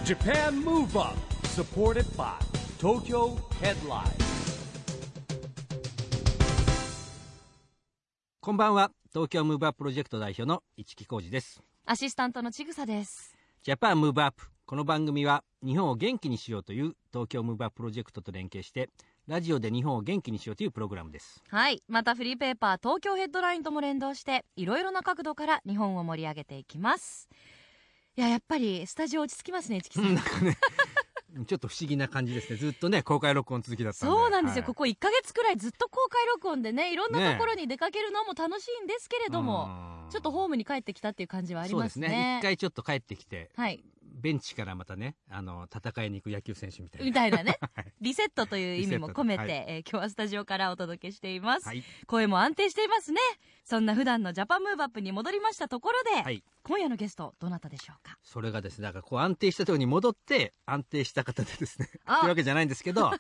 Japan Move Up, supported by Tokyo Headline. こんばんは。東京ムーブアッププロジェクト代表の市木浩司です。 アシスタントのちぐさです。 ジャパンムーブアップ、この番組は日本を元気にしようという東京ムーブアッププロジェクトと連携してラジオで日本を元気にしようというプログラムです。 はい、またフリーペーパー東京ヘッドラインとも連動していろいろな角度から日本を盛り上げていきます。やっぱりスタジオ落ち着きますね、市木さん。 なんかねちょっと不思議な感じですね。ずっとね公開録音続きだったんで。 そうなんですよ、ここ1ヶ月くらいずっと公開録音でね、いろんなところに出かけるのも楽しいんですけれども、ちょっとホームに帰ってきたっていう感じはありますね。 そうですね、一回ちょっと帰ってきて、 はい、 ベンチからまたね戦いに行く野球選手みたいなねリセットという意味も込めて、今日はスタジオからお届けしています、 はい、 声も安定していますね。そんな普段のジャパンムーブアップに戻りましたところで、 はい、 今夜のゲストどなたでしょうか。 それがですね、だからこう安定したところに戻って安定した方でですねというわけじゃないんですけど、はい、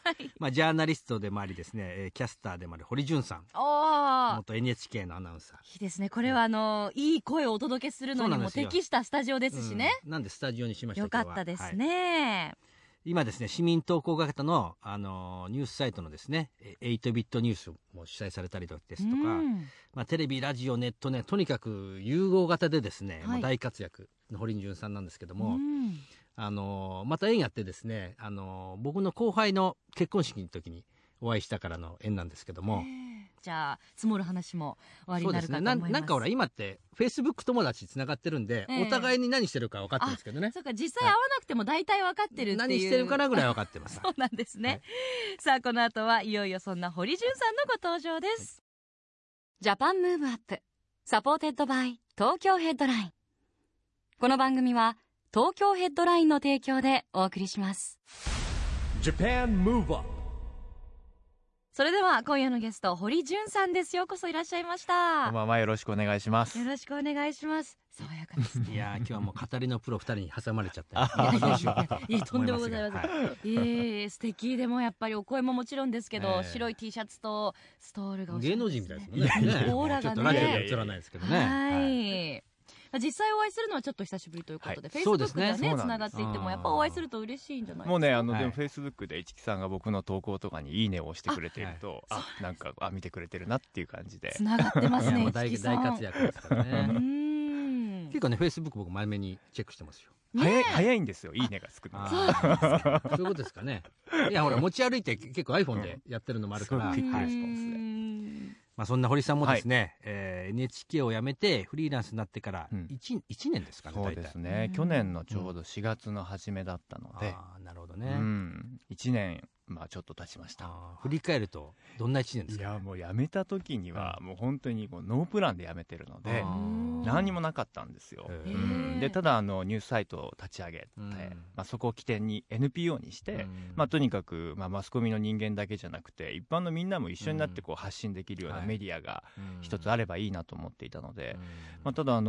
ジャーナリストでもありですね、キャスターでもある堀潤さん、元 NHK のアナウンサー。 いいですね、これはいい声をお届けするのにも適したスタジオですしね、 なんでスタジオにしました。 よかったですね、 はい、今ですね、市民投稿型の、ニュースサイトのですね8ビットニュースも主催されたりですとか、テレビラジオネットね、とにかく融合型でですね、大活躍の堀潤さんなんですけども、また縁やってですね、僕の後輩の結婚式の時にお会いしたからの縁なんですけども、 じゃあ積もる話も終わりになるかと思います。 そうですね、なんかほら今ってフェイスブック友達つながってるんで、お互いに何してるか分かってるんですけどね。 そうか、実際会わなくても大体分かってるっていう、 何してるかなぐらい分かってますそうなんですね、はい、さあこの後はいよいよそんな堀潤さんのご登場です、はい、ジャパンムーブアップサポーテッドバイ東京ヘッドライン。この番組は東京ヘッドラインの提供でお送りします。 Japan Move Up。 それでは今夜のゲスト堀潤さんです。ようこそいらっしゃいました。 こんばんは、よろしくお願いします。 よろしくお願いします。爽やかですね。 いや今日はもう語りのプロ2人に挟まれちゃったいやとんでもございません、はい、素敵。でもやっぱりお声ももちろんですけど、白い T シャツとストールがおしゃれですね。 芸能人みたいですね。 オーラがね、 ちょっとラジオでは映らないですけどね。 はい実際お会いするのはちょっと久しぶりということで、フェイスブックでねつながっていってもやっぱお会いすると嬉しいんじゃないですか。 もうね、でもフェイスブックで市木さんが僕の投稿とかにいいねを押してくれていると、なんか見てくれてるなっていう感じでつながってますね。 大活躍ですからね。結構ねフェイスブック僕前目にチェックしてますよ。 早いんですよ、いいねがつくの。 そういうことですかね。いやほら持ち歩いて結構 iPhone でやってるのもあるから、 クイックレスポンスで。 そんな堀さんもですね、NHK を辞めてフリーランスになってから 1年ですかね。 そうですね、去年のちょうど4月の初めだったので、 なるほどね、 1年ちょっと経ちました。 振り返るとどんな1年ですか。 いやもう辞めた時にはもう本当にノープランで辞めてるので何にもなかったんですよ。でただニュースサイトを立ち上げて、そこを起点に NPO にして、とにかくマスコミの人間だけじゃなくて一般のみんなも一緒になって発信できるようなメディアが一つあればいいなと思っていたので、ただ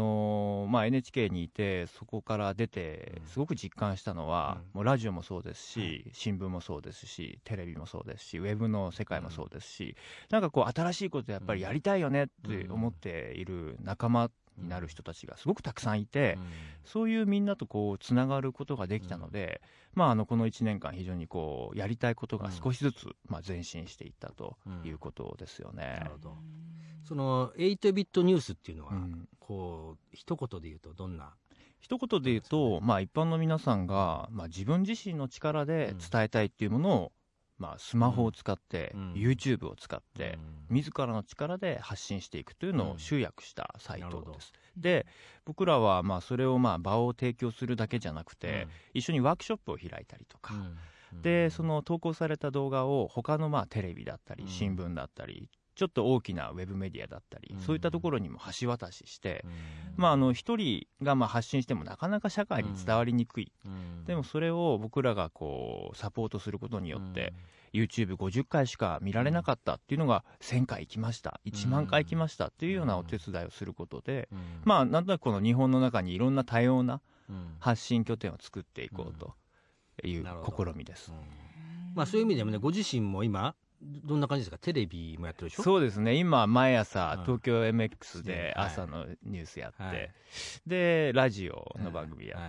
NHK にいてそこから出てすごく実感したのは、もうラジオもそうですし、新聞もそうですし、テレビもそうですし、ウェブの世界もそうですし、なんか新しいことやっぱりやりたいよねって思っている仲間になる人たちがすごくたくさんいて、そういうみんなとつながることができたので、この1年間非常にやりたいことが少しずつ前進していったということですよね。 なるほど。その8ビットニュースっていうのは、一言で言うとどんな。 一言で言うと、一般の皆さんが、自分自身の力で伝えたいっていうものを、スマホを使って、YouTube を使って、自らの力で発信していくというのを集約したサイトです。で僕らはそれを場を提供するだけじゃなくて、一緒にワークショップを開いたりとか、でその投稿された動画を他のテレビだったり新聞だったり、ちょっと大きなウェブメディアだったり、そういったところにも橋渡しして、一人が発信してもなかなか社会に伝わりにくい、でもそれを僕らがサポートすることによって、YouTube50 回しか見られなかったっていうのが1000回行きました、1万回行きましたっていうようなお手伝いをすることで、なんとなくこの日本の中にいろんな多様な発信拠点を作っていこうという試みです。 そういう意味でもね、ご自身も今どんな感じですか。テレビもやってるでしょ。 そうですね、今毎朝東京 MX で朝のニュースやって、でラジオの番組やって、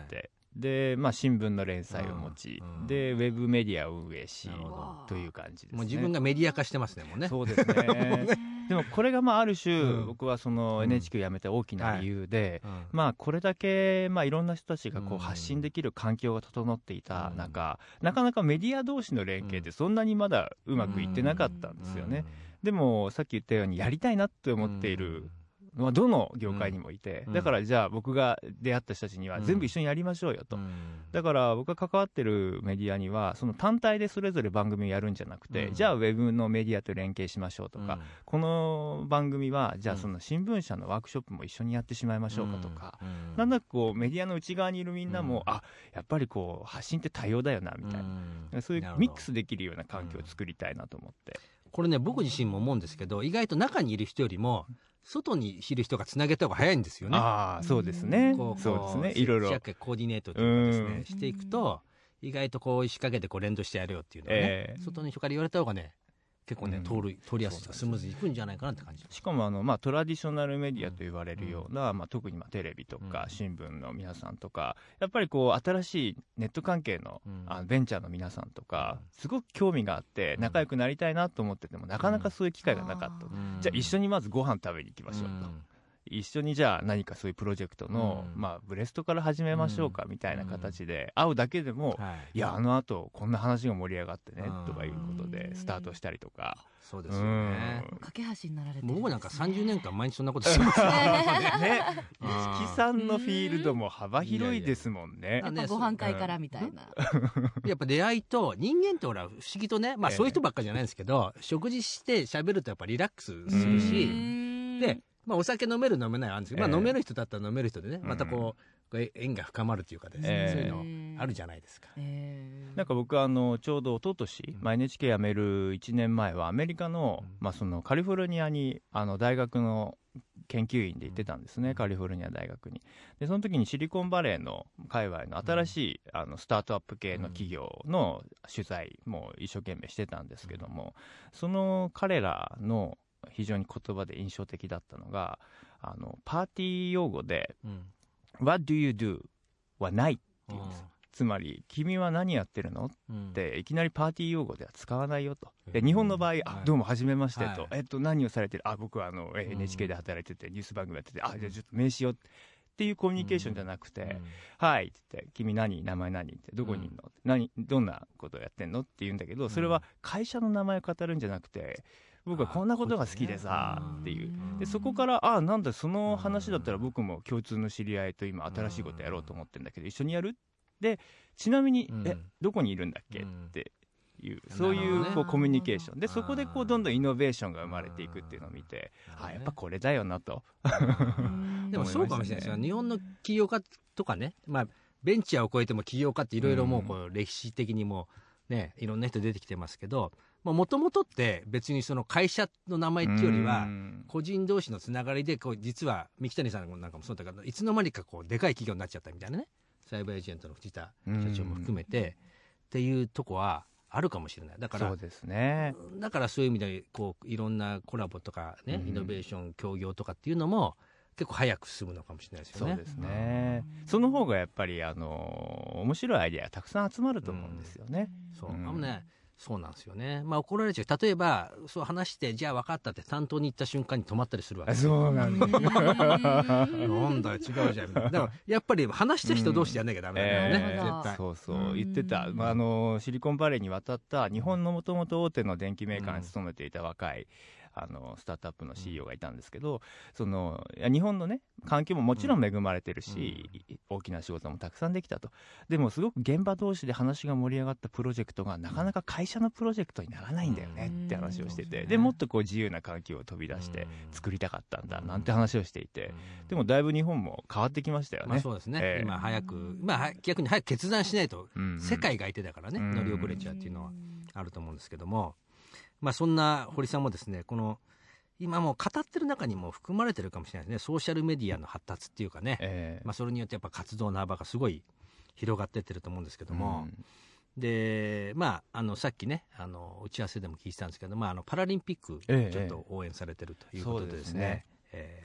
で、新聞の連載を持ち、でウェブメディアを運営しという感じですね。 もう自分がメディア化してますね、もうね。 そうですねでもこれがある種、僕はその NHK を辞めた大きな理由で、これだけいろんな人たちが発信できる環境が整っていた中、なかなかメディア同士の連携ってそんなにまだうまくいってなかったんですよね。でもさっき言ったようにやりたいなって思っているどの業界にもいて、だからじゃあ僕が出会った人たちには全部一緒にやりましょうよと、だから僕が関わってるメディアにはその単体でそれぞれ番組をやるんじゃなくて、じゃあウェブのメディアと連携しましょうとか、この番組はじゃあその新聞社のワークショップも一緒にやってしまいましょうかとか、なんだかメディアの内側にいるみんなも、やっぱり発信って多様だよなみたいな、そういうミックスできるような環境を作りたいなと思って。 これね、僕自身も思うんですけど、意外と中にいる人よりも外にいる人がつなげた方が早いんですよね。 そうですね。そうですね。いろいろコーディネートというかですね、していくと意外と意思かけて連動してやるよっていうのはね、外の人から言われた方がね、結構ね、通りやすくスムーズにいくんじゃないかなって感じ。 しかもトラディショナルメディアと言われるような、特にテレビとか新聞の皆さんとか、やっぱり新しいネット関係の、ベンチャーの皆さんとかすごく興味があって仲良くなりたいなと思ってても、なかなかそういう機会がなかった、じゃあ一緒にまずご飯食べに行きましょうと、一緒にじゃあ何かそういうプロジェクトの、ブレストから始めましょうかみたいな形で会うだけでも、いやあとこんな話が盛り上がってねとかいうことでスタートしたりとか。 そうですよね。 架け橋になられて、 僕なんか30年間毎日そんなことしてますね。 石木さんのフィールドも幅広いですもんね。 やっぱご飯会からみたいな。 やっぱ出会いと人間って不思議とね、そういう人ばっかりじゃないんですけど、食事して喋るとやっぱリラックスするし、でお酒飲める飲めないあるんですけど、飲める人だったら飲める人でね、また縁が深まるというかですね、そういうのあるじゃないですか。 なんか僕はちょうど一昨年、NHK 辞める1年前はアメリカの、そのカリフォルニアに大学の研究員で行ってたんですね、カリフォルニア大学に。でその時にシリコンバレーの界隈の新しいスタートアップ系の企業の取材も一生懸命してたんですけども、その彼らの非常に言葉で印象的だったのが、パーティー用語で、What do you do? はないって言うんですよ。つまり君は何やってるのっていきなりパーティー用語では使わないよと。で日本の場合、どうも初めましてと、何をされてる、僕はNHK で働いててニュース番組やってて、じゃあちょっと名刺をっていうコミュニケーションじゃなくて、はいって言って、君名前何ってどこにいるの、どんなことをやってんのって言うんだけど、それは会社の名前を語るんじゃなくて、僕はこんなことが好きでさっていう。でそこからなんだその話だったら僕も共通の知り合いと今新しいことやろうと思ってるんだけど一緒にやる。でちなみにどこにいるんだっけっていう、そういうコミュニケーションで、そこでどんどんイノベーションが生まれていくっていうのを見て、やっぱこれだよなと。 でもそうかもしれないですよ。日本の起業家とかね、ベンチャーを超えても起業家っていろいろもう歴史的にもね、いろんな人出てきてますけど、もともとって別にその会社の名前っていうよりは個人同士のつながりで実は三木谷さんなんかもそうだけど、いつの間にかでかい企業になっちゃったみたいなね、サイバーエージェントの藤田社長も含めてっていうとこはあるかもしれない。だからそうですね。 だからそういう意味でいろんなコラボとかね、イノベーション協業とかっていうのも結構早く進むのかもしれないですよね。 そうですね。その方がやっぱり面白いアイデアがたくさん集まると思うんですよね。 そうなんですよね。怒られちゃう。例えばそう話してじゃあ分かったって担当に行った瞬間に止まったりするわけです。 そうなんです。 なんだよ違うじゃんみたいな。だからやっぱり話した人同士でやんなきゃダメなんだよね。絶対。 そう言ってた。シリコンバレーに渡った日本のもともと大手の電機メーカーに勤めていた若いスタートアップの CEO がいたんですけど、日本のね環境ももちろん恵まれてるし、大きな仕事もたくさんできたと。でもすごく現場同士で話が盛り上がったプロジェクトがなかなか会社のプロジェクトにならないんだよねって話をしてて、でもっと自由な環境を飛び出して作りたかったんだなんて話をしていて、でもだいぶ日本も変わってきましたよね。 そうですね。今逆に早く決断しないと世界が相手だからね、乗り遅れちゃうっていうのはあると思うんですけども、そんな堀さんもですね、今もう語ってる中にも含まれてるかもしれないですね。ソーシャルメディアの発達っていうかね、それによってやっぱ活動の幅がすごい広がってってると思うんですけども、でさっきね打ち合わせでも聞いてたんですけど、パラリンピックちょっと応援されてるということでですね、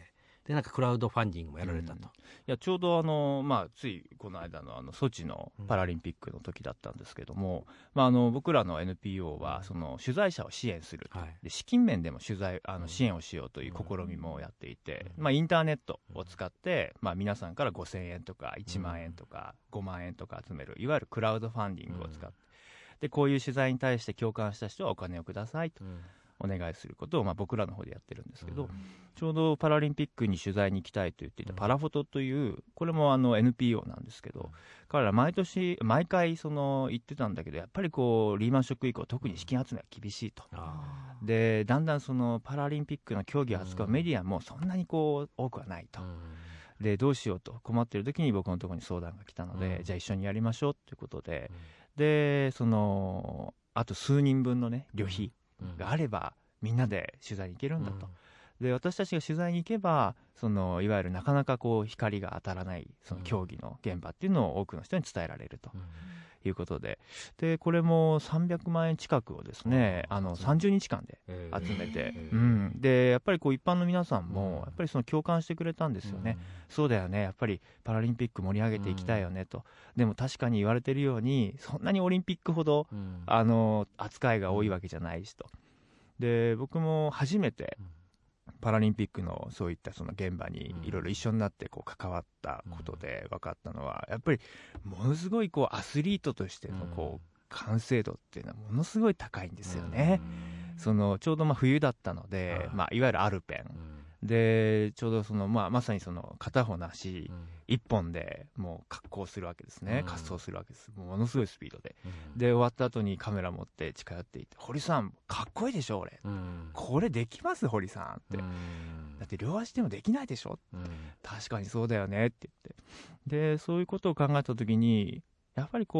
でなんかクラウドファンディングもやられたと、 いやちょうどついこの間のソチのパラリンピックの時だったんですけども、僕らの NPO はその取材者を支援する、で資金面でも支援をしようという試みもやっていて、インターネットを使って、皆さんから5000円とか1万円とか5万円とか集めるいわゆるクラウドファンディングを使って、でこういう取材に対して共感した人はお金をくださいとお願いすることを、僕らの方でやってるんですけど、ちょうどパラリンピックに取材に行きたいと言っていたパラフォトという、これもNPO なんですけど、彼ら毎回行ってたんだけど、やっぱりリーマンショック以降特に資金集めは厳しいと。でだんだんパラリンピックの競技を扱うメディアもそんなに多くはないと。でどうしようと困っている時に僕のところに相談が来たので、じゃあ一緒にやりましょうということで、であと数人分のね旅費があればみんなで取材に行けるんだと。で私たちが取材に行けばいわゆるなかなか光が当たらないその競技の現場っていうのを多くの人に伝えられるということで、でこれも300万円近くをですね30日間で集めて、でやっぱり一般の皆さんもやっぱり共感してくれたんですよね。そうだよね、やっぱりパラリンピック盛り上げていきたいよねと。でも確かに言われてるようにそんなにオリンピックほど扱いが多いわけじゃないしと。で僕も初めてパラリンピックのそういったその現場にいろいろ一緒になって関わったことで分かったのは、やっぱりものすごいアスリートとしての完成度っていうのはものすごい高いんですよね。ちょうど冬だったので、いわゆるアルペンでちょうどまさに片方の足一本でもう滑降するわけですね、滑走するわけです。ものすごいスピードで、で終わった後にカメラ持って近寄っていって、堀さんかっこいいでしょ俺、これできます堀さんって、だって両足でもできないでしょ、確かにそうだよねって言って、でそういうことを考えた時にやっぱり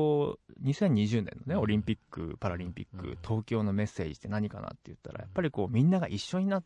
2020年のねオリンピックパラリンピック東京のメッセージって何かなって言ったら、やっぱりみんなが一緒になって、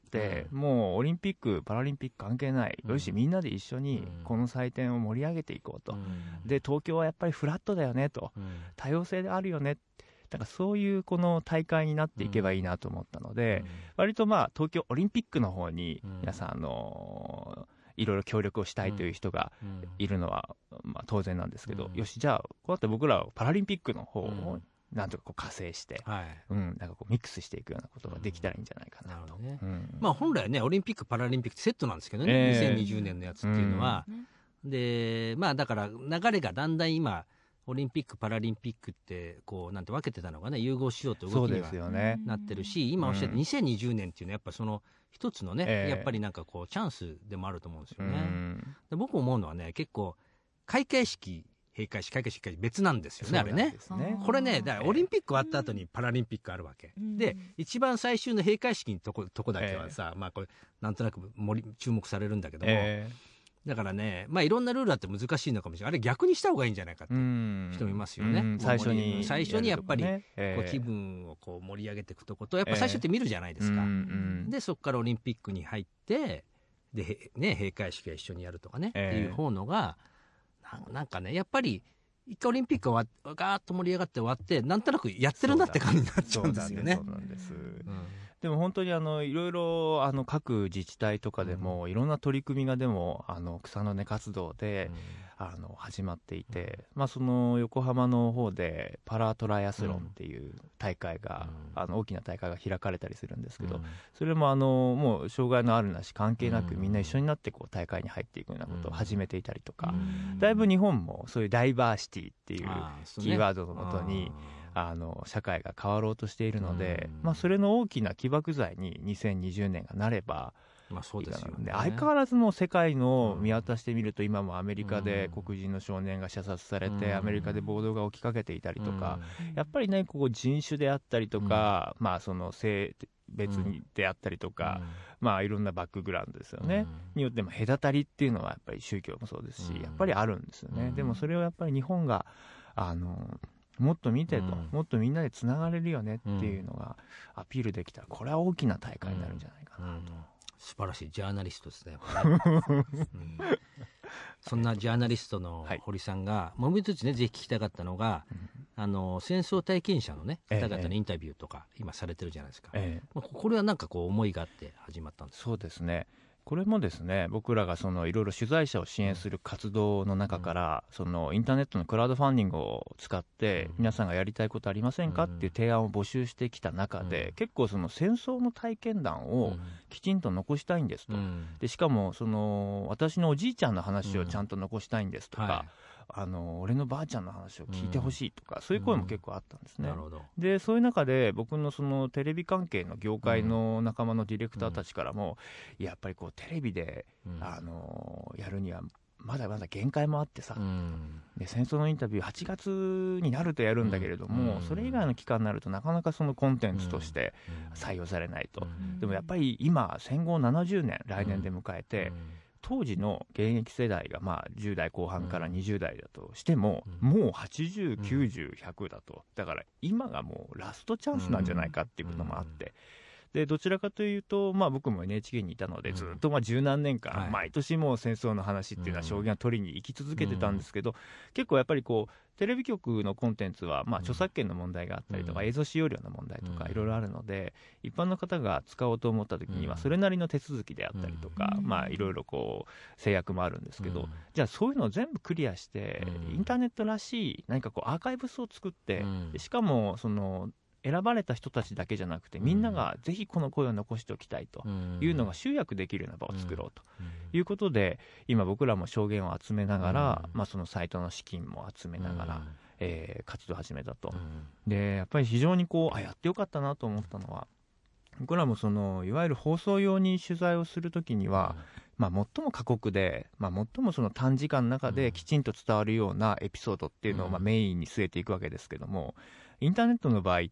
もうオリンピックパラリンピック関係ない、よしみんなで一緒にこの祭典を盛り上げていこうと、で東京はやっぱりフラットだよねと、多様性であるよね、だからそういうこの大会になっていけばいいなと思ったので、割と東京オリンピックの方に皆さんいろいろ協力をしたいという人がいるのは当然なんですけど、よしじゃあこうやって僕らはパラリンピックの方をなんとか派生して、なんかミックスしていくようなことができたらいいんじゃないかなと。 本来ねオリンピックパラリンピックってセットなんですけどね、2020年のやつっていうのは、でだから流れがだんだん今オリンピックパラリンピックってなんて分けてたのがね融合しようと動きにはなってるし、今おっしゃった2020年っていうのはやっぱ一つのね、やっぱりなんかチャンスでもあると思うんですよね。で僕思うのはね、結構開会式閉会式開会式別なんですよね、あれね。これねだからオリンピック終わった後にパラリンピックあるわけ、で一番最終の閉会式のとこだけはさ、これなんとなく注目されるんだけども、だからねいろんなルールあって難しいのかもしれない。あれ逆にした方がいいんじゃないかって人もいますよね。最初にやっぱり気分を盛り上げていくとことやっぱ最初って見るじゃないですか、でそこからオリンピックに入ってで、閉会式が一緒にやるとかね、っていう方のがなんかねやっぱり一回オリンピックがガーッと盛り上がって終わってなんとなくやってるなって感じになっちゃうんですよね。 そうなんです。でも本当にいろいろ各自治体とかでもいろんな取り組みがでも草の根活動で始まっていて、その横浜の方でパラトライアスロンっていう大会が大きな大会が開かれたりするんですけど、それももう障害のあるなし関係なくみんな一緒になって大会に入っていくようなことを始めていたりとか、だいぶ日本もそういうダイバーシティっていうキーワードのもとに社会が変わろうとしているので、それの大きな起爆剤に2020年がなればそうですよね。 相変わらずもう世界の見渡してみると今もアメリカで黒人の少年が射殺されて、アメリカで暴動が起きかけていたりとか、やっぱりね人種であったりとか、その性別であったりとか、いろんなバックグラウンドですよね、によっても隔たりっていうのはやっぱり宗教もそうですし、やっぱりあるんですよね。でもそれをやっぱり日本がもっと見てと、もっとみんなでつながれるよねっていうのがアピールできたら、これは大きな大会になるんじゃないかなと。 素晴らしいジャーナリストですね。そんなジャーナリストの堀さんが、もう一つねぜひ聞きたかったのが、戦争体験者のね方々のインタビューとか今されてるじゃないですか、これはなんか思いがあって始まったんですか。 そうですね、 これもですね、僕らがいろいろ取材者を支援する活動の中から、インターネットのクラウドファンディングを使って皆さんがやりたいことありませんかっていう提案を募集してきた中で、結構戦争の体験談をきちんと残したいんですと、でしかも私のおじいちゃんの話をちゃんと残したいんですとか、俺のばあちゃんの話を聞いてほしいとか、そういう声も結構あったんですね。 なるほど。でそういう中で僕のテレビ関係の業界の仲間のディレクターたちからも、やっぱりテレビで、やるにはまだまだ限界もあってさ、で戦争のインタビュー8月になるとやるんだけれども、それ以外の期間になるとなかなかコンテンツとして採用されないと、でもやっぱり今戦後70年来年で迎えて、当時の現役世代が10代後半から20代だとしても、もう80、90、100だと、だから今がもうラストチャンスなんじゃないかっていうこともあって、でどちらかというと、僕も NHK にいたのでずっと十何年間、毎年もう戦争の話っていうのは証言を取りに行き続けてたんですけど、結構やっぱりテレビ局のコンテンツは、著作権の問題があったりとか、映像使用料の問題とかいろいろあるので、一般の方が使おうと思った時にはそれなりの手続きであったりとか、いろいろ制約もあるんですけど、じゃあそういうのを全部クリアして、インターネットらしい何かアーカイブスを作って、しかも選ばれた人たちだけじゃなくて、みんながぜひこの声を残しておきたいというのが集約できるような場を作ろうということで、今僕らも証言を集めながら、そのサイトの資金も集めながら、活動を始めたと。でやっぱり非常にやってよかったなと思ったのは、僕らもいわゆる放送用に取材をするときには、最も過酷で、最も短時間の中できちんと伝わるようなエピソードっていうのをメインに据えていくわけですけども、インターネットの場合って、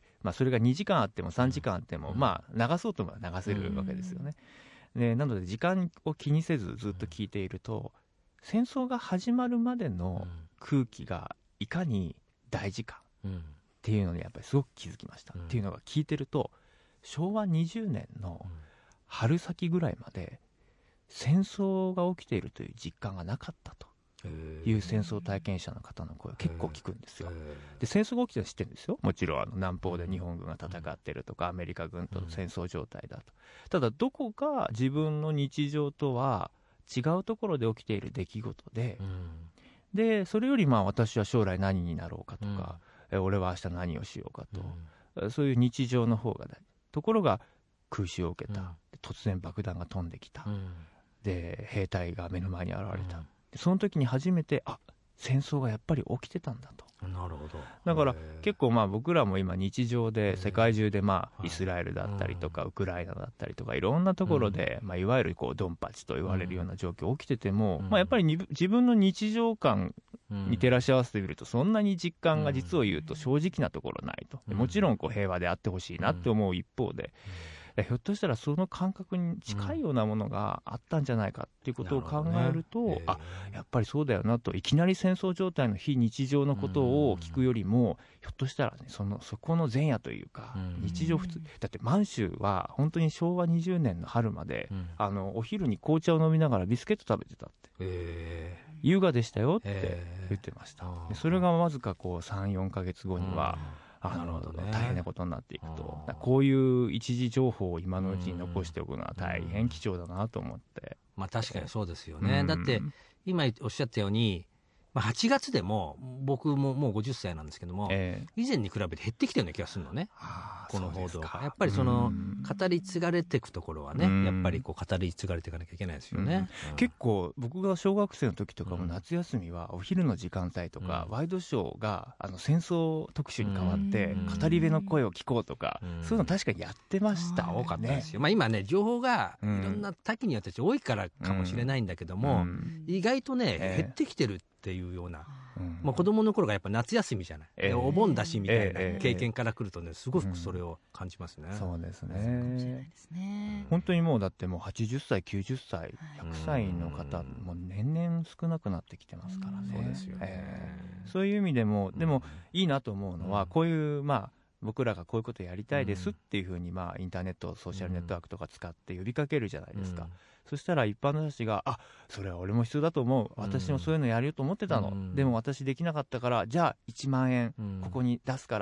それが2時間あっても3時間あっても、流そうとも流せるわけですよね。でなので時間を気にせずずっと聞いていると、戦争が始まるまでの空気がいかに大事かっていうのにやっぱりすごく気づきました。っていうのが聞いてると、昭和20年の春先ぐらいまで戦争が起きているという実感がなかったという戦争体験者の方の声を結構聞くんですよ。で戦争が起きてるの知ってるんですよ。もちろん南方で日本軍が戦ってるとか、アメリカ軍と戦争状態だと。ただどこか自分の日常とは違うところで起きている出来事で、でそれより私は将来何になろうかとか、俺は明日何をしようかと、そういう日常の方が大事。ところが空襲を受けた、突然爆弾が飛んできた、で兵隊が目の前に現れた、その時に初めて戦争がやっぱり起きてたんだと。 なるほど。 だから結構僕らも今日常で世界中でイスラエルだったりとかウクライナだったりとかいろんなところでいわゆるドンパチと言われるような状況起きてても、やっぱり自分の日常感に照らし合わせてみるとそんなに実感が実を言うと正直なところないと。もちろん平和であってほしいなって思う一方で、ひょっとしたらその感覚に近いようなものがあったんじゃないかっていうことを考えると、やっぱりそうだよなと。いきなり戦争状態の非日常のことを聞くよりも、ひょっとしたらね、そこの前夜というか、日常普通だって満州は本当に昭和20年の春まで、お昼に紅茶を飲みながらビスケット食べてたって、優雅でしたよって言ってました。でそれがわずか3、4ヶ月後には、なるほどね、大変なことになっていくと。こういう一時情報を今のうちに残しておくのは大変貴重だなと思って。 確かにそうですよね。だって今おっしゃったように、8月でも僕ももう50歳なんですけども、以前に比べて減ってきてるような気がするのね、この報道が。やっぱり語り継がれていくところはね、やっぱり語り継がれていかなきゃいけないですよね。 結構僕が小学生の時とかも夏休みはお昼の時間帯とか、ワイドショーが戦争特集に変わって語り部の声を聞こうとか、そういうの確かにやってましたね。 多かったですよ。今ね情報がいろんな多岐によって多いからかもしれないんだけども、意外とね減ってきてるっていうような、子供の頃がやっぱ夏休みじゃない、お盆だしみたいな経験からくるとね、すごくそれを感じますね。 そうですね。本当にもうだってもう80歳90歳100歳の方も年々少なくなってきてますからね。 そうですよね。 そういう意味でもでもいいなと思うのは、こういう僕らがこういうことやりたいですっていうふうにインターネットソーシャルネットワークとか使って呼びかけるじゃないですか。そしたら一般の人たちがそれは俺も必要だと思う、私もそういうのやるよと思ってたの、でも私できなかったからじゃあ1万円ここに出すから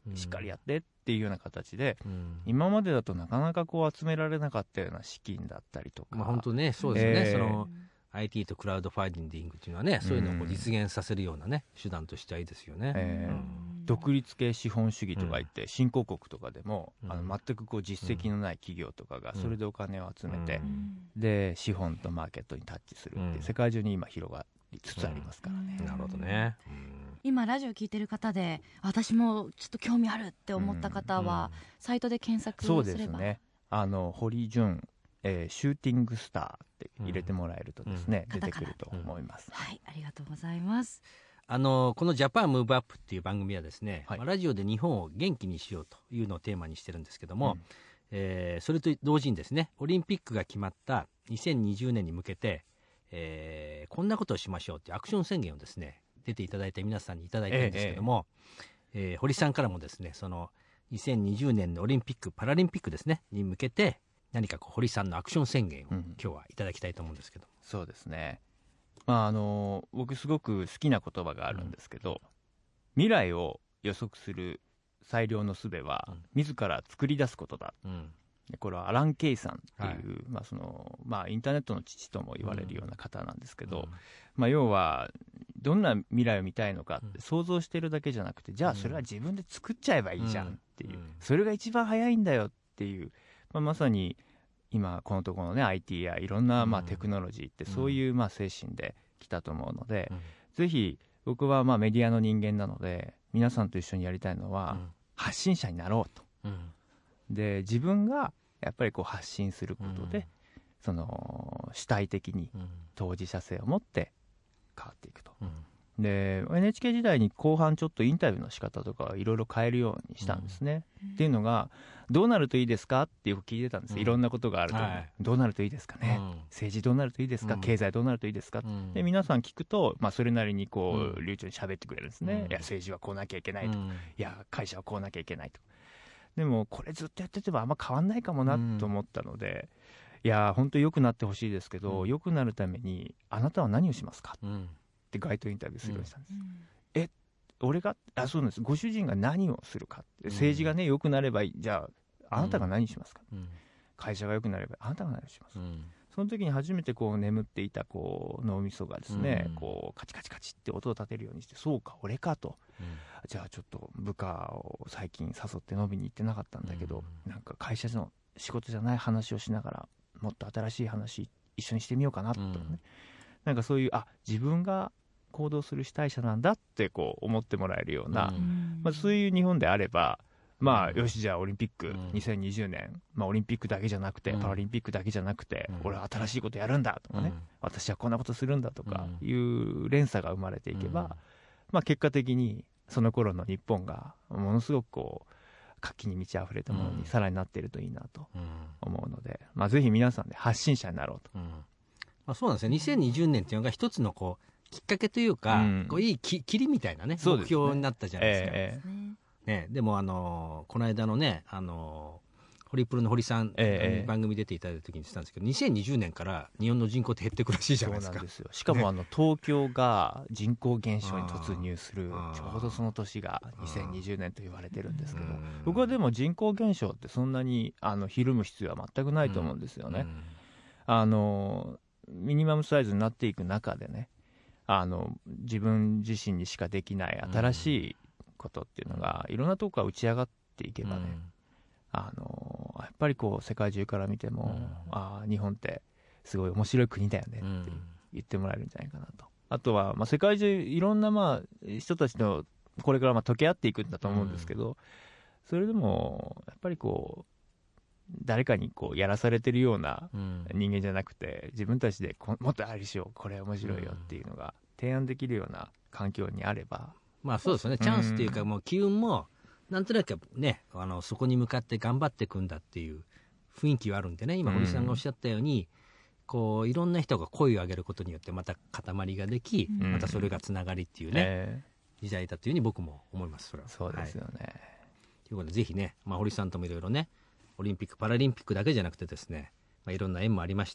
しっかりやってっていうような形で、今までだとなかなかこう集められなかったような資金だったりとか、 本当ね、そうですね、そのIT とクラウドファンディングっていうのはね、そういうのをこう実現させるようなね、手段としてはいいですよね。 独立系資本主義とか言って、新興国とかでも全くこう実績のない企業とかがそれでお金を集めて、で資本とマーケットにタッチするって、世界中に今広がりつつありますからね。 なるほどね。 今ラジオ聞いてる方で私もちょっと興味あるって思った方は、サイトで検索すれば。 そうですね、堀潤シューティングスターって入れてもらえるとですね、出てくると思います。 はい、ありがとうございます。 このジャパンムーブアップっていう番組はですね、ラジオで日本を元気にしようというのをテーマにしてるんですけども、それと同時にですね、オリンピックが決まった2020年に向けて、こんなことをしましょうっていうアクション宣言をですね、出ていただいて皆さんにいただいてるんですけども、堀さんからもですね、その2020年のオリンピックパラリンピックですねに向けて何か堀さんのアクション宣言を今日はいただきたいと思うんですけど。 そうですね、僕すごく好きな言葉があるんですけど、未来を予測する最良の術は自ら作り出すことだ、でこれはアラン・ケイさんっていう、インターネットの父とも言われるような方なんですけど、要はどんな未来を見たいのかって想像してるだけじゃなくて、じゃあそれは自分で作っちゃえばいいじゃんっていう、それが一番早いんだよっていう、まさに今このところのね IT やいろんなテクノロジーってそういう精神で来たと思うので、ぜひ僕はメディアの人間なので皆さんと一緒にやりたいのは発信者になろうと、で自分がやっぱりこう発信することで、その主体的に当事者性を持って変わっていくと、で NHK 時代に後半ちょっとインタビューの仕方とかいろいろ変えるようにしたんですね、っていうのがどうなるといいですかってよく聞いてたんです、いろんなことがあると、どうなるといいですかね、政治どうなるといいですか、経済どうなるといいですか、で皆さん聞くと、それなりにこう流暢に喋ってくれるんですね、いや政治はこうなきゃいけないと、いや会社はこうなきゃいけないと。でもこれずっとやっててもあんま変わんないかもなと思ったので、いや本当に良くなってほしいですけど、良くなるためにあなたは何をしますか、って街頭インタビューするようにしたんです、俺がそうなんです、ご主人が何をするかって、政治がね良くなればいい、じゃああなたが何しますか、会社が良くなればあなたが何をしますか、その時に初めてこう眠っていたこう脳みそがですね、こうカチカチカチって音を立てるようにして、そうか俺かと、じゃあちょっと部下を最近誘って飲みに行ってなかったんだけど、なんか会社の仕事じゃない話をしながらもっと新しい話一緒にしてみようかなとね、なんかそういう自分が行動する主体者なんだってこう思ってもらえるような、そういう日本であれば、よしじゃあオリンピック2020年、オリンピックだけじゃなくて、パラリンピックだけじゃなくて、俺は新しいことやるんだとかね、私はこんなことするんだとかいう連鎖が生まれていけば、結果的にその頃の日本がものすごくこう活気に満ち溢れたものにさらになっているといいなと思うので、ぜひ皆さんで発信者になろうと、 そうなんですよ。2020年っていうのが一つのこうきっかけというか、こういい霧みたいなね目標になったじゃないですか。でもこの間のねホリプロの堀さん、番組出ていただいた時に言ってたんですけど、2020年から日本の人口って減ってくらしいじゃないですか。 そうなんですよ。しかも東京が人口減少に突入するちょうどその年が2020年と言われてるんですけど、僕はでも人口減少ってそんなにひるむ必要は全くないと思うんですよね。ミニマムサイズになっていく中でね、自分自身にしかできない新しいことっていうのがいろんなとこから打ち上がっていけばね、やっぱりこう世界中から見ても、日本ってすごい面白い国だよねって言ってもらえるんじゃないかなと。あとは、世界中いろんな人たちとこれから溶け合っていくんだと思うんですけど、それでもやっぱりこう誰かにこうやらされてるような人間じゃなくて、自分たちでもっとありしよう、これ面白いよっていうのが提案できるような環境にあれば、 そうですよね。チャンスっていうか、もう機運もなんとなくね、そこに向かって頑張っていくんだっていう雰囲気はあるんでね、今堀さんがおっしゃったように、こういろんな人が声を上げることによってまた塊ができ、またそれがつながりっていうね、時代だというふうに僕も思います。それはそうですよね。 ということでぜひね、堀さんともいろいろね、オリンピックパラリンピックだけじゃなくてですね、いろんな縁もありまして、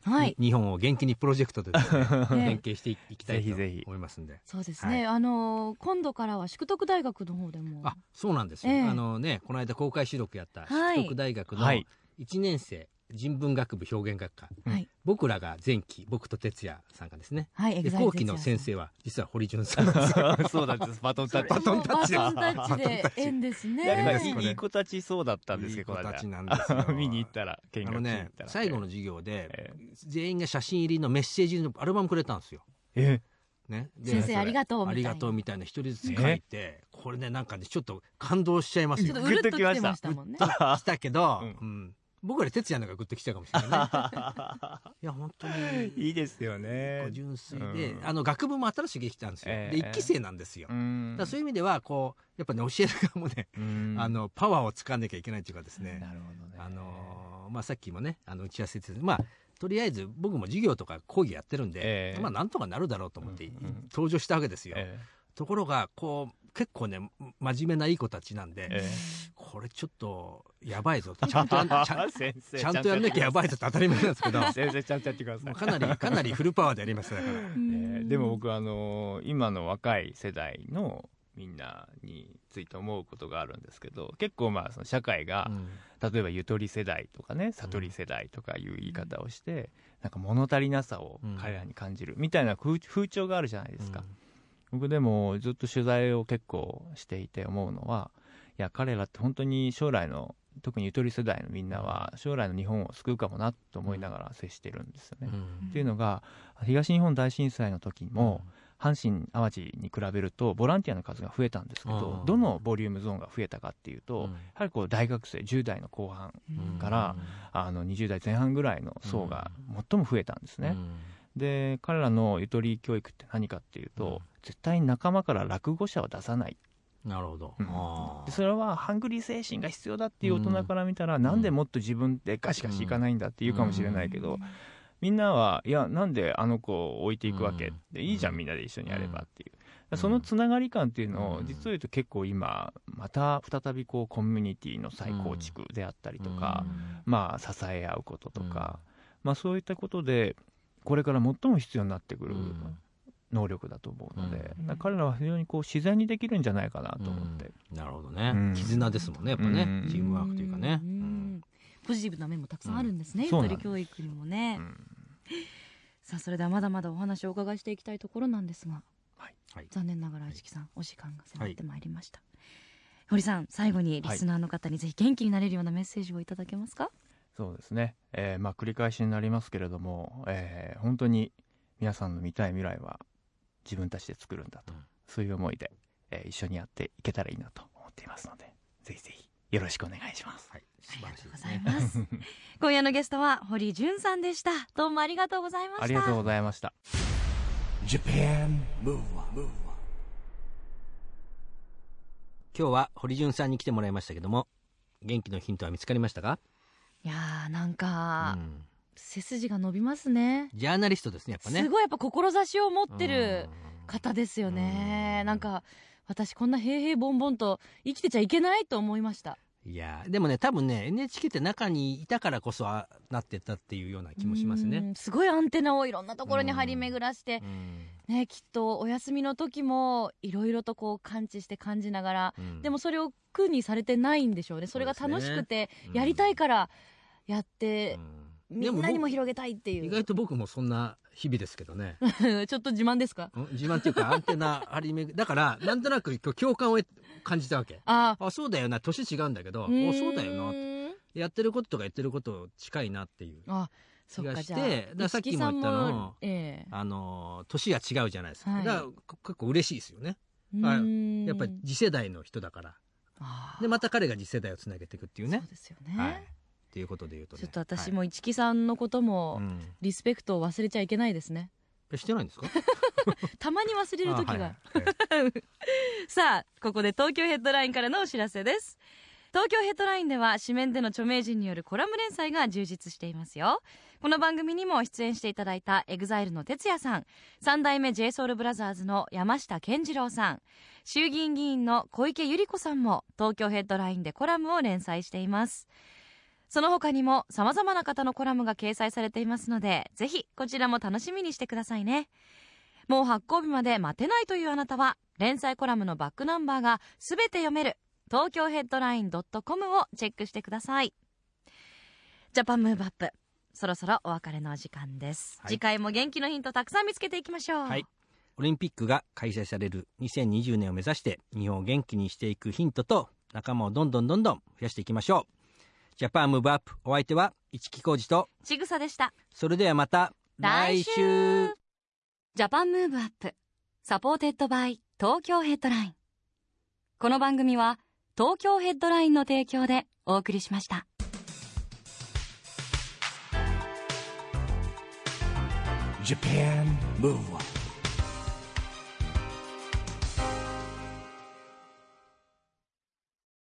はい、 日本を元気にプロジェクトでですね連携していきたいとぜひ思いますんで。 そうですね、今度からは淑徳大学の方でも。 そうなんですよ、この間公開収録やった淑徳大学の1年生人文学部表現学科、僕らが前期、僕と哲也さんがですね、で後期の先生は実は堀潤さんなんですよそうなんです。バトンタッチバトンタッチで縁ですね。 いい子たちそうだったんですけど、 いい子たちなんですよ見に行ったら、見学しに行ったら、 最後の授業で、全員が写真入りのメッセージのアルバムくれたんですよ。 ね、先生ありがとうみたいな、 ありがとうみたいな一人ずつ書いて、これねなんかねちょっいと感動しちゃいますよ。 ちょっとうるっときてましたもんね。 来たけど、僕ら哲也のがグッときちゃうかもしれないね。いや本当にいいですよね。 純粋で、学部も新しくできたんですよ。で1期生なんですよ。だそういう意味ではこうやっぱね教える側もねパワーをつかんなきゃいけないというかですね。 なるほどね。 さっきもね打ち合わせでとりあえず僕も授業とか講義やってるんで、なんとかなるだろうと思って登場したわけですよ。ところがこう結構ね真面目ないい子たちなんで、これちょっとやばいぞちゃんとやんなきゃやばいぞって当たり前なんですけど先生ちゃんとやってください。 かなりフルパワーでやりますだから。 でも僕今の若い世代のみんなについて思うことがあるんですけど、結構その社会が、例えばゆとり世代とかね悟り世代とかいう言い方をして、なんか物足りなさを彼らに感じるみたいな風潮があるじゃないですか。僕でもずっと取材を結構していて思うのは、いや彼らって本当に将来の特にゆとり世代のみんなは将来の日本を救うかもなと思いながら接してるんですよね。っていうのが東日本大震災の時も、阪神・淡路に比べるとボランティアの数が増えたんですけど、どのボリュームゾーンが増えたかっていうと、やはりこう大学生10代の後半から20代前半ぐらいの層が最も増えたんですね。で彼らのゆとり教育って何かっていうと、絶対に仲間から落後者を出さない。 なるほど。 でそれはハングリー精神が必要だっていう大人から見たら、なんでもっと自分でガシガシいかないんだって言うかもしれないけど、みんなはいやなんであの子を置いていくわけっていいじゃん、みんなで一緒にやればっていう、そのつながり感っていうのを実を言うと結構今また再びこうコミュニティの再構築であったりとか、支え合うこととか、そういったことでこれから最も必要になってくる能力だと思うので、彼らは非常にこう自然にできるんじゃないかなと思って。 なるほどね。絆ですもんねやっぱね、チームワークというかね。 ポジティブな面もたくさんあるんですね、ゆとり教育にもね。さあそれではまだまだお話をお伺いしていきたいところなんですが、残念ながら市木さんお時間が迫ってまいりました。堀さん最後にリスナーの方にぜひ元気になれるようなメッセージをいただけますか。 そうですね、繰り返しになりますけれども、本当に皆さんの見たい未来は自分たちで作るんだと、そういう思いで、一緒にやっていけたらいいなと思っていますので、ぜひぜひよろしくお願いします。 ありがとうございます。今夜のゲストは堀潤さんでした。どうもありがとうございました。 ありがとうございました。 今日は堀潤さんに来てもらいましたけども、元気のヒントは見つかりましたか。 いやーなんか、背筋が伸びますね。 ジャーナリストですねやっぱね。 すごいやっぱ志を持ってる方ですよね。なんか私こんな平々凡々と生きてちゃいけないと思いました。 いやでもね多分ね NHK って中にいたからこそなってったっていうような気もしますね。 すごいアンテナをいろんなところに張り巡らして、きっとお休みの時もいろいろとこう感知して感じながら、でもそれを苦にされてないんでしょうね。それが楽しくてやりたいからやって、みんなにも広げたいっていう。 意外と僕もそんな日々ですけどね。 ちょっと自慢ですか。 自慢っていうかアンテナ張り巡だからなんとなく共感を感じたわけ。そうだよな、年違うんだけどそうだよな、やってることとか言ってること近いなっていう気がして、ださっきも言ったの、年が違うじゃないですか、だから結構嬉しいですよね。やっぱり次世代の人だから、でまた彼が次世代をつなげていくっていうね。 そうですよね、 っていうことで言うとね、 ちょっと私も市木さんのこともリスペクトを忘れちゃいけないですね。 してないんですか。 たまに忘れる時がさあここで東京ヘッドラインからのお知らせです。東京ヘッドラインでは紙面での著名人によるコラム連載が充実していますよ。この番組にも出演していただいた EXILE の哲也さん、三代目 JSOULBROTHERS の山下健二郎さん、衆議院議員の小池百合子さんも東京ヘッドラインでコラムを連載しています。 その他にも様々な方のコラムが掲載されていますので、ぜひこちらも楽しみにしてくださいね。もう発行日まで待てないというあなたは、連載コラムのバックナンバーがすべて読める東京ヘッドライン .com をチェックしてください。ジャパンムーブアップ、そろそろお別れのお時間です、次回も元気のヒントたくさん見つけていきましょう。 オリンピックが開催される2020年を目指して日本を元気にしていくヒントと仲間をどんどん増やしていきましょう。ジャパンムーブアップ、お相手は市木浩二とちぐさでした。 それではまた来週。 ジャパンムーブアップ、サポーテッドバイ東京ヘッドライン。この番組は東京ヘッドラインの提供でお送りしました。 Japan Move Up